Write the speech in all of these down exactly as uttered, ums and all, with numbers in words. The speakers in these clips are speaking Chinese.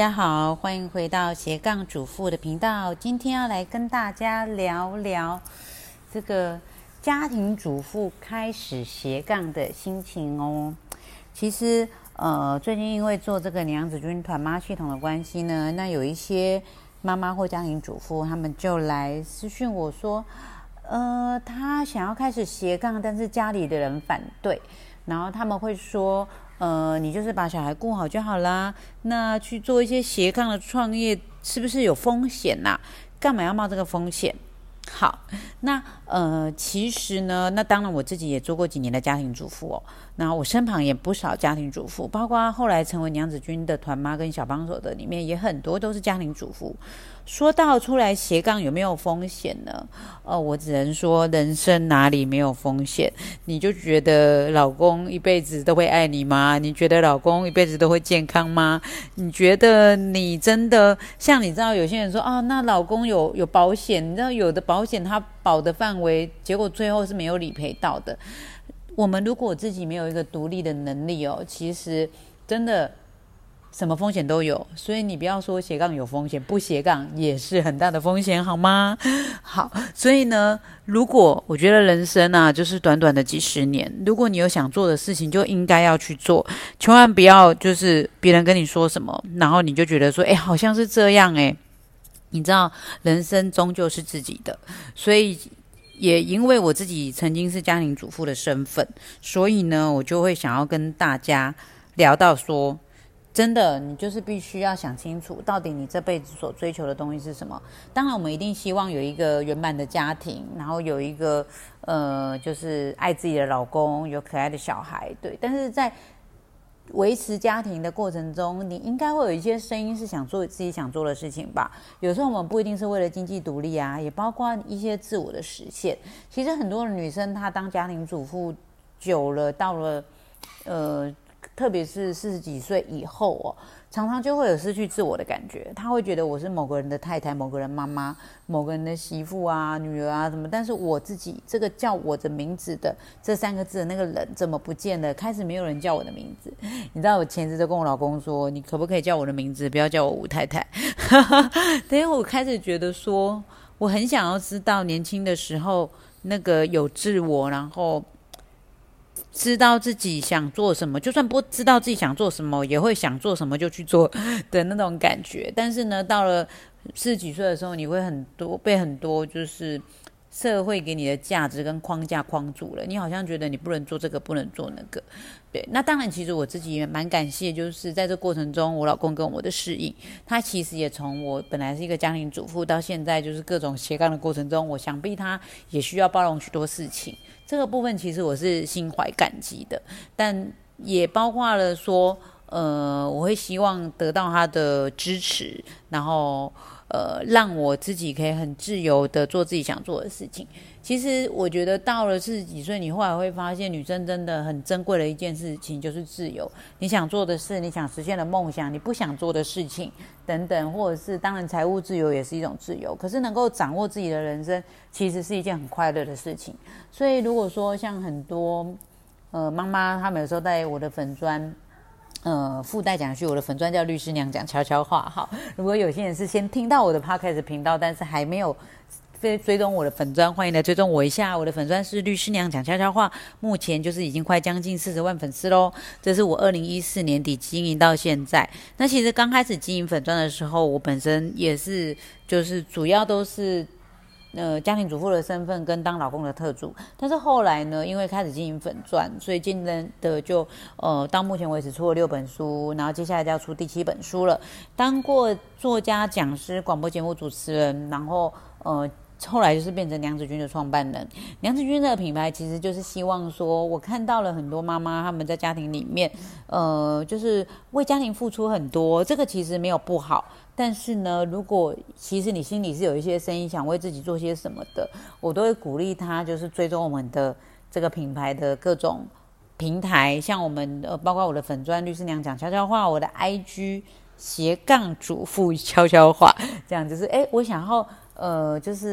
家好，欢迎回到斜杠主妇的频道。今天要来跟大家聊聊这个家庭主妇开始斜杠的心情哦。其实呃，最近因为做这个娘子军团妈系统的关系呢，那有一些妈妈或家庭主妇，他们就来私讯我说，呃，他想要开始斜杠，但是家里的人反对，然后他们会说，呃，你就是把小孩顾好就好啦。那去做一些斜杠的创业，是不是有风险呐、啊？干嘛要冒这个风险？好，那呃，其实呢，那当然我自己也做过几年的家庭主妇哦。那我身旁也不少家庭主妇，包括后来成为娘子军的团妈跟小帮手的里面，也很多都是家庭主妇。说到出来斜杠有没有风险呢？呃，我只能说人生哪里没有风险？你就觉得老公一辈子都会爱你吗？你觉得老公一辈子都会健康吗？你觉得你真的像你知道有些人说啊，那老公有有保险，你知道有的保险它保的范围，结果最后是没有理赔到的。我们如果自己没有一个独立的能力哦，其实真的什么风险都有，所以你不要说斜杠有风险，不斜杠也是很大的风险，好吗？好，所以呢，如果我觉得人生啊，就是短短的几十年，如果你有想做的事情，就应该要去做，千万不要就是别人跟你说什么，然后你就觉得说，哎，好像是这样哎，你知道，人生终究是自己的，所以。也因为我自己曾经是家庭主妇的身份，所以呢，我就会想要跟大家聊到说，真的，你就是必须要想清楚，到底你这辈子所追求的东西是什么。当然，我们一定希望有一个圆满的家庭，然后有一个呃，就是爱自己的老公，有可爱的小孩，对。但是在维持家庭的过程中，你应该会有一些声音是想做自己想做的事情吧。有时候我们不一定是为了经济独立啊，也包括一些自我的实现。其实很多的女生她当家庭主妇久了，到了呃，特别是四十几岁以后哦，常常就会有失去自我的感觉。她会觉得我是某个人的太太，某个人妈妈，某个人的媳妇啊、女儿啊什么，但是我自己这个叫我的名字的这三个字的那个人怎么不见了？开始没有人叫我的名字。你知道我前阵子就跟我老公说，你可不可以叫我的名字，不要叫我吴太太？等于我开始觉得说，我很想要知道年轻的时候那个有自我，然后知道自己想做什么，就算不知道自己想做什么，也会想做什么就去做的那种感觉。但是呢，到了四十几岁的时候，你会很多被很多就是社会给你的价值跟框架框住了，你好像觉得你不能做这个，不能做那个。对，那当然，其实我自己也蛮感谢，就是在这过程中，我老公跟我的适应，他其实也从我本来是一个家庭主妇，到现在就是各种斜杠的过程中，我想必他也需要包容许多事情。这个部分其实我是心怀感激的，但也包括了说，呃，我会希望得到他的支持，然后呃，让我自己可以很自由的做自己想做的事情。其实我觉得到了四十几岁，你后来会发现，女生真的很珍贵的一件事情就是自由。你想做的事，你想实现的梦想，你不想做的事情等等，或者是当然财务自由也是一种自由。可是能够掌握自己的人生，其实是一件很快乐的事情。所以如果说像很多呃妈妈，她们有时候在我的粉专。呃，附带讲一句，我的粉专叫律师娘讲悄悄话。好，如果有些人是先听到我的 podcast 频道，但是还没有追踪我的粉专，欢迎来追踪我一下。我的粉专是律师娘讲悄悄话，目前就是已经快将近四十万粉丝咯。这是我二零一四年底经营到现在。那其实刚开始经营粉专的时候，我本身也是就是主要都是呃，家庭主妇的身份跟当老公的特助，但是后来呢，因为开始经营粉专，所以渐渐的就呃，到目前为止出了六本书，然后接下来就要出第七本书了。当过作家、讲师、广播节目主持人，然后呃。后来就是变成娘子军的创办人。娘子军这个品牌其实就是希望说，我看到了很多妈妈她们在家庭里面，呃，就是为家庭付出很多，这个其实没有不好。但是呢，如果其实你心里是有一些声音想为自己做些什么的，我都会鼓励他，就是追踪我们的这个品牌的各种平台，像我们呃，包括我的粉专律师娘讲悄悄话，我的 I G 斜杠主妇悄悄话，这样就是哎，我想要。呃，就是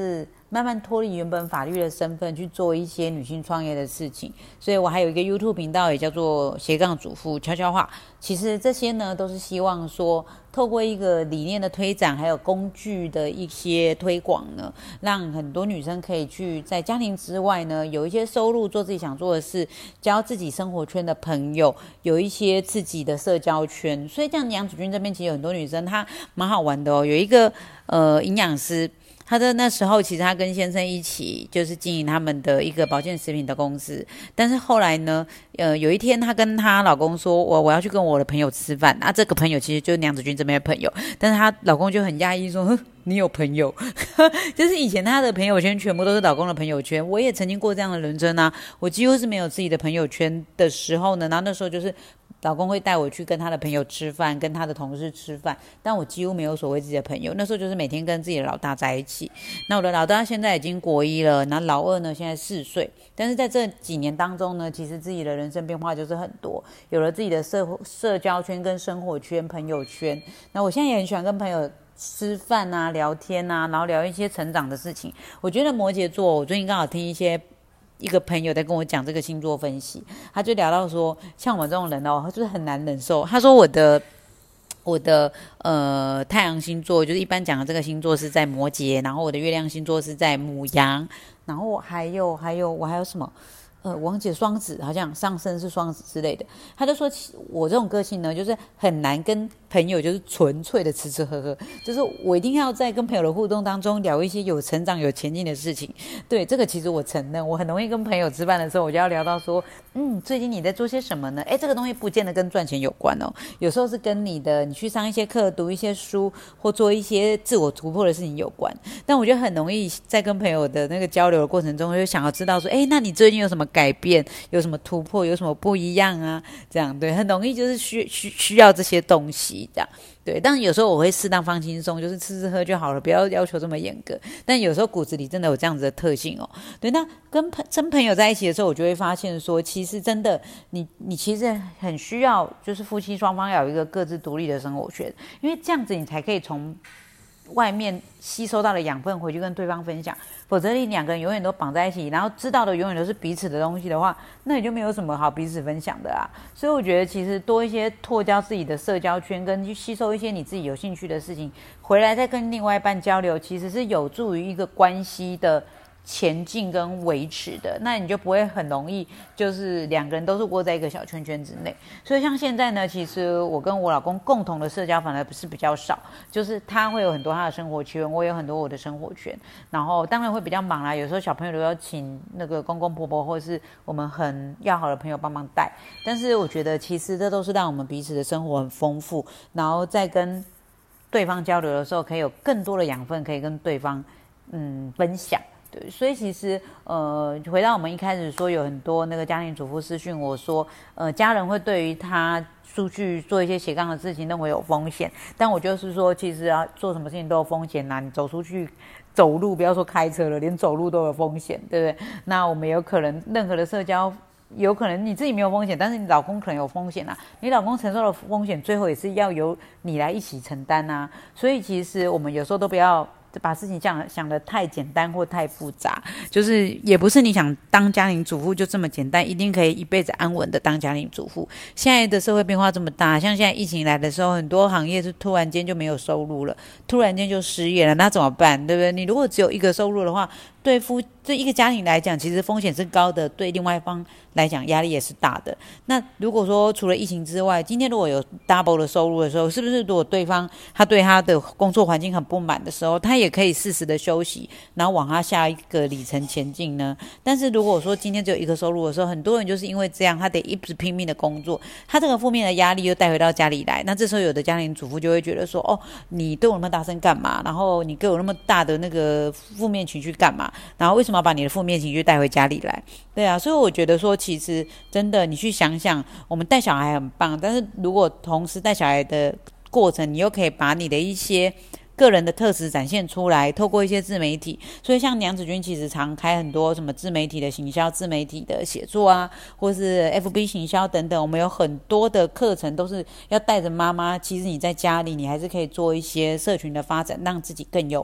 慢慢脱离原本法律的身份去做一些女性创业的事情。所以我还有一个 YouTube 频道，也叫做斜杠主妇悄悄话。其实这些呢，都是希望说透过一个理念的推展，还有工具的一些推广呢，让很多女生可以去在家庭之外呢有一些收入，做自己想做的事，交自己生活圈的朋友，有一些自己的社交圈。所以像杨子君这边其实有很多女生，她蛮好玩的哦。有一个呃营养师，他的那时候其实他跟先生一起就是经营他们的一个保健食品的公司，但是后来呢，呃，有一天她跟她老公说，我我要去跟我的朋友吃饭，啊，这个朋友其实就是娘子军这边的朋友，但是她老公就很讶异说，哼，你有朋友？就是以前她的朋友圈全部都是老公的朋友圈，我也曾经过这样的人生啊，我几乎是没有自己的朋友圈的时候呢，然后那时候就是老公会带我去跟他的朋友吃饭，跟他的同事吃饭，但我几乎没有所谓自己的朋友。那时候就是每天跟自己的老大在一起。那我的老大现在已经国一了，那老二呢现在四岁。但是在这几年当中呢，其实自己的人生变化就是很多，有了自己的社社交圈跟生活圈、朋友圈。那我现在也很喜欢跟朋友吃饭啊、聊天啊，然后聊一些成长的事情。我觉得摩羯座，我最近刚好听一些。一个朋友在跟我讲这个星座分析，他就聊到说，像我这种人哦，他就是很难忍受。他说我的我的呃太阳星座，就是一般讲的这个星座是在摩羯，然后我的月亮星座是在牡羊，然后我还有还有我还有什么？呃，我忘记双子，好像上升是双子之类的。他就说，我这种个性呢，就是很难跟朋友就是纯粹的吃吃喝喝，就是我一定要在跟朋友的互动当中聊一些有成长、有前进的事情。对，这个其实我承认，我很容易跟朋友吃饭的时候，我就要聊到说，嗯，最近你在做些什么呢？哎，这个东西不见得跟赚钱有关哦，有时候是跟你的你去上一些课、读一些书或做一些自我突破的事情有关。但我觉得很容易在跟朋友的那个交流的过程中，就想要知道说，哎，那你最近有什么改变，有什么突破，有什么不一样啊？这样对，很容易就是需需需要这些东西，这样对。但是有时候我会适当放轻松，就是吃吃喝就好了，不要要求这么严格。但有时候骨子里真的有这样子的特性哦。对，那跟朋跟朋友在一起的时候，我就会发现说，其实真的，你你其实很需要，就是夫妻双方要有一个各自独立的生活圈，因为这样子你才可以从外面吸收到的养分回去跟对方分享，否则你两个人永远都绑在一起，然后知道的永远都是彼此的东西的话，那你就没有什么好彼此分享的啊。所以我觉得其实多一些拓交自己的社交圈，跟去吸收一些你自己有兴趣的事情，回来再跟另外一半交流，其实是有助于一个关系的前进跟维持的，那你就不会很容易就是两个人都是窝在一个小圈圈之内。所以像现在呢，其实我跟我老公共同的社交反而是比较少，就是他会有很多他的生活圈，我有很多我的生活圈，然后当然会比较忙啦，有时候小朋友都要请那个公公婆婆或者是我们很要好的朋友帮忙带，但是我觉得其实这都是让我们彼此的生活很丰富，然后在跟对方交流的时候可以有更多的养分可以跟对方嗯分享。对，所以其实呃，回到我们一开始说，有很多那个家庭主妇私讯我说，呃，家人会对于他出去做一些斜杠的事情认为有风险，但我就是说，其实啊，做什么事情都有风险呐。你走出去走路，不要说开车了，连走路都有风险，对不对？那我们有可能任何的社交。有可能你自己没有风险，但是你老公可能有风险啊。你老公承受的风险，最后也是要由你来一起承担啊。所以其实我们有时候都不要把事情想想得太简单或太复杂，就是也不是你想当家庭主妇就这么简单，一定可以一辈子安稳的当家庭主妇。现在的社会变化这么大，像现在疫情来的时候，很多行业是突然间就没有收入了，突然间就失业了，那怎么办？对不对？你如果只有一个收入的话，对夫对一个家庭来讲，其实风险是高的，对另外一方来讲压力也是大的。那如果说除了疫情之外，今天如果有 double 的收入的时候，是不是如果对方他对他的工作环境很不满的时候，他也可以适时的休息，然后往他下一个里程前进呢？但是如果说今天只有一个收入的时候，很多人就是因为这样，他得一直拼命的工作，他这个负面的压力又带回到家里来。那这时候有的家庭主妇就会觉得说，哦，你对我那么大声干嘛？然后你给我那么大的那个负面情绪干嘛？然后为什么要把你的负面情绪带回家里来？对啊，所以我觉得说，其实真的你去想想，我们带小孩很棒，但是如果同时带小孩的过程，你又可以把你的一些个人的特质展现出来，透过一些自媒体。所以像娘子军其实常开很多什么自媒体的行销、自媒体的写作啊，或是 F B 行销等等，我们有很多的课程都是要带着妈妈，其实你在家里你还是可以做一些社群的发展，让自己更有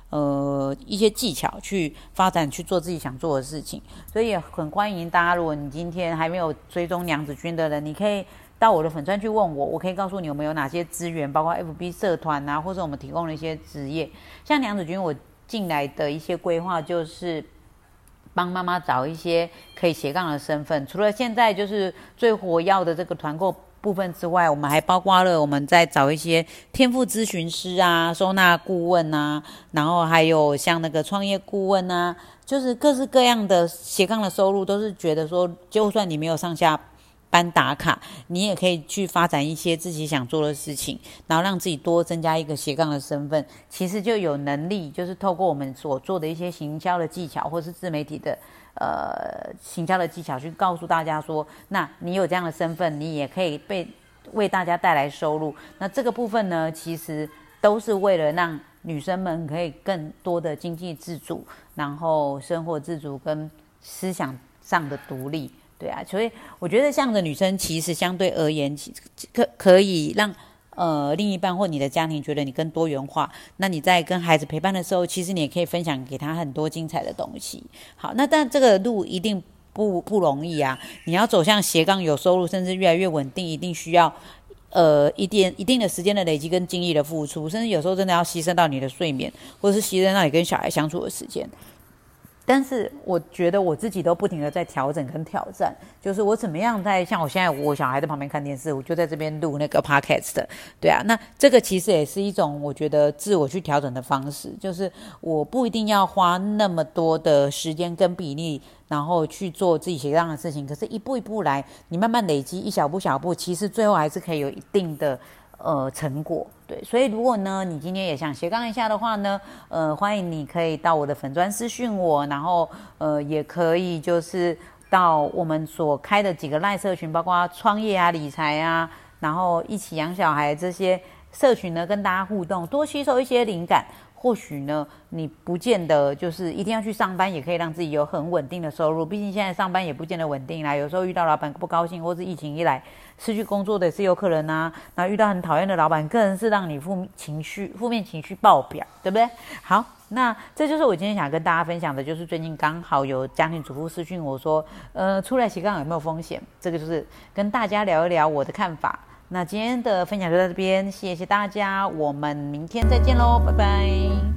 呃一些技巧去发展去做自己想做的事情。所以也很欢迎大家，如果你今天还没有追踪娘子军的人，你可以到我的粉专去问我，我可以告诉你有没有哪些资源，包括 F B 社团啊，或者我们提供的一些职业。像娘子军我进来的一些规划就是帮妈妈找一些可以斜杠的身份，除了现在就是最活跃的这个团购部分之外，我们还包括了我们在找一些天赋咨询师啊、收纳顾问啊，然后还有像那个创业顾问啊，就是各式各样的斜杠的收入，都是觉得说，就算你没有上下班打卡，你也可以去发展一些自己想做的事情，然后让自己多增加一个斜杠的身份，其实就有能力，就是透过我们所做的一些行销的技巧，或是自媒体的呃行销的技巧，去告诉大家说，那你有这样的身份，你也可以被为大家带来收入。那这个部分呢，其实都是为了让女生们可以更多的经济自主，然后生活自主跟思想上的独立。对啊，所以我觉得这样的女生其实相对而言，可可以让呃另一半或你的家庭觉得你更多元化。那你在跟孩子陪伴的时候，其实你也可以分享给他很多精彩的东西。好，那但这个路一定不不容易啊！你要走向斜杠有收入，甚至越来越稳定，一定需要呃一定一定的时间的累积跟精力的付出，甚至有时候真的要牺牲到你的睡眠，或者是牺牲到你跟小孩相处的时间。但是我觉得我自己都不停的在调整跟挑战，就是我怎么样在像我现在我小孩在旁边看电视，我就在这边录那个 podcast 的，对啊，那这个其实也是一种我觉得自我去调整的方式，就是我不一定要花那么多的时间跟比例，然后去做自己斜杠的事情，可是一步一步来，你慢慢累积，一小步小步，其实最后还是可以有一定的呃成果。对，所以如果呢你今天也想斜杠一下的话呢，呃欢迎你可以到我的粉专私讯我，然后呃也可以就是到我们所开的几个赖社群，包括创业啊、理财啊，然后一起养小孩这些社群呢，跟大家互动，多吸收一些灵感。或许呢你不见得就是一定要去上班，也可以让自己有很稳定的收入，毕竟现在上班也不见得稳定啦，有时候遇到老板不高兴，或是疫情一来失去工作的也是有可能啊，然后遇到很讨厌的老板更是让你负情绪负面情绪爆表，对不对？好，那这就是我今天想跟大家分享的，就是最近刚好有家庭主妇私讯我说呃，出来斜杠有没有风险，这个就是跟大家聊一聊我的看法。那今天的分享就到这边，谢谢大家，我们明天再见咯，拜拜。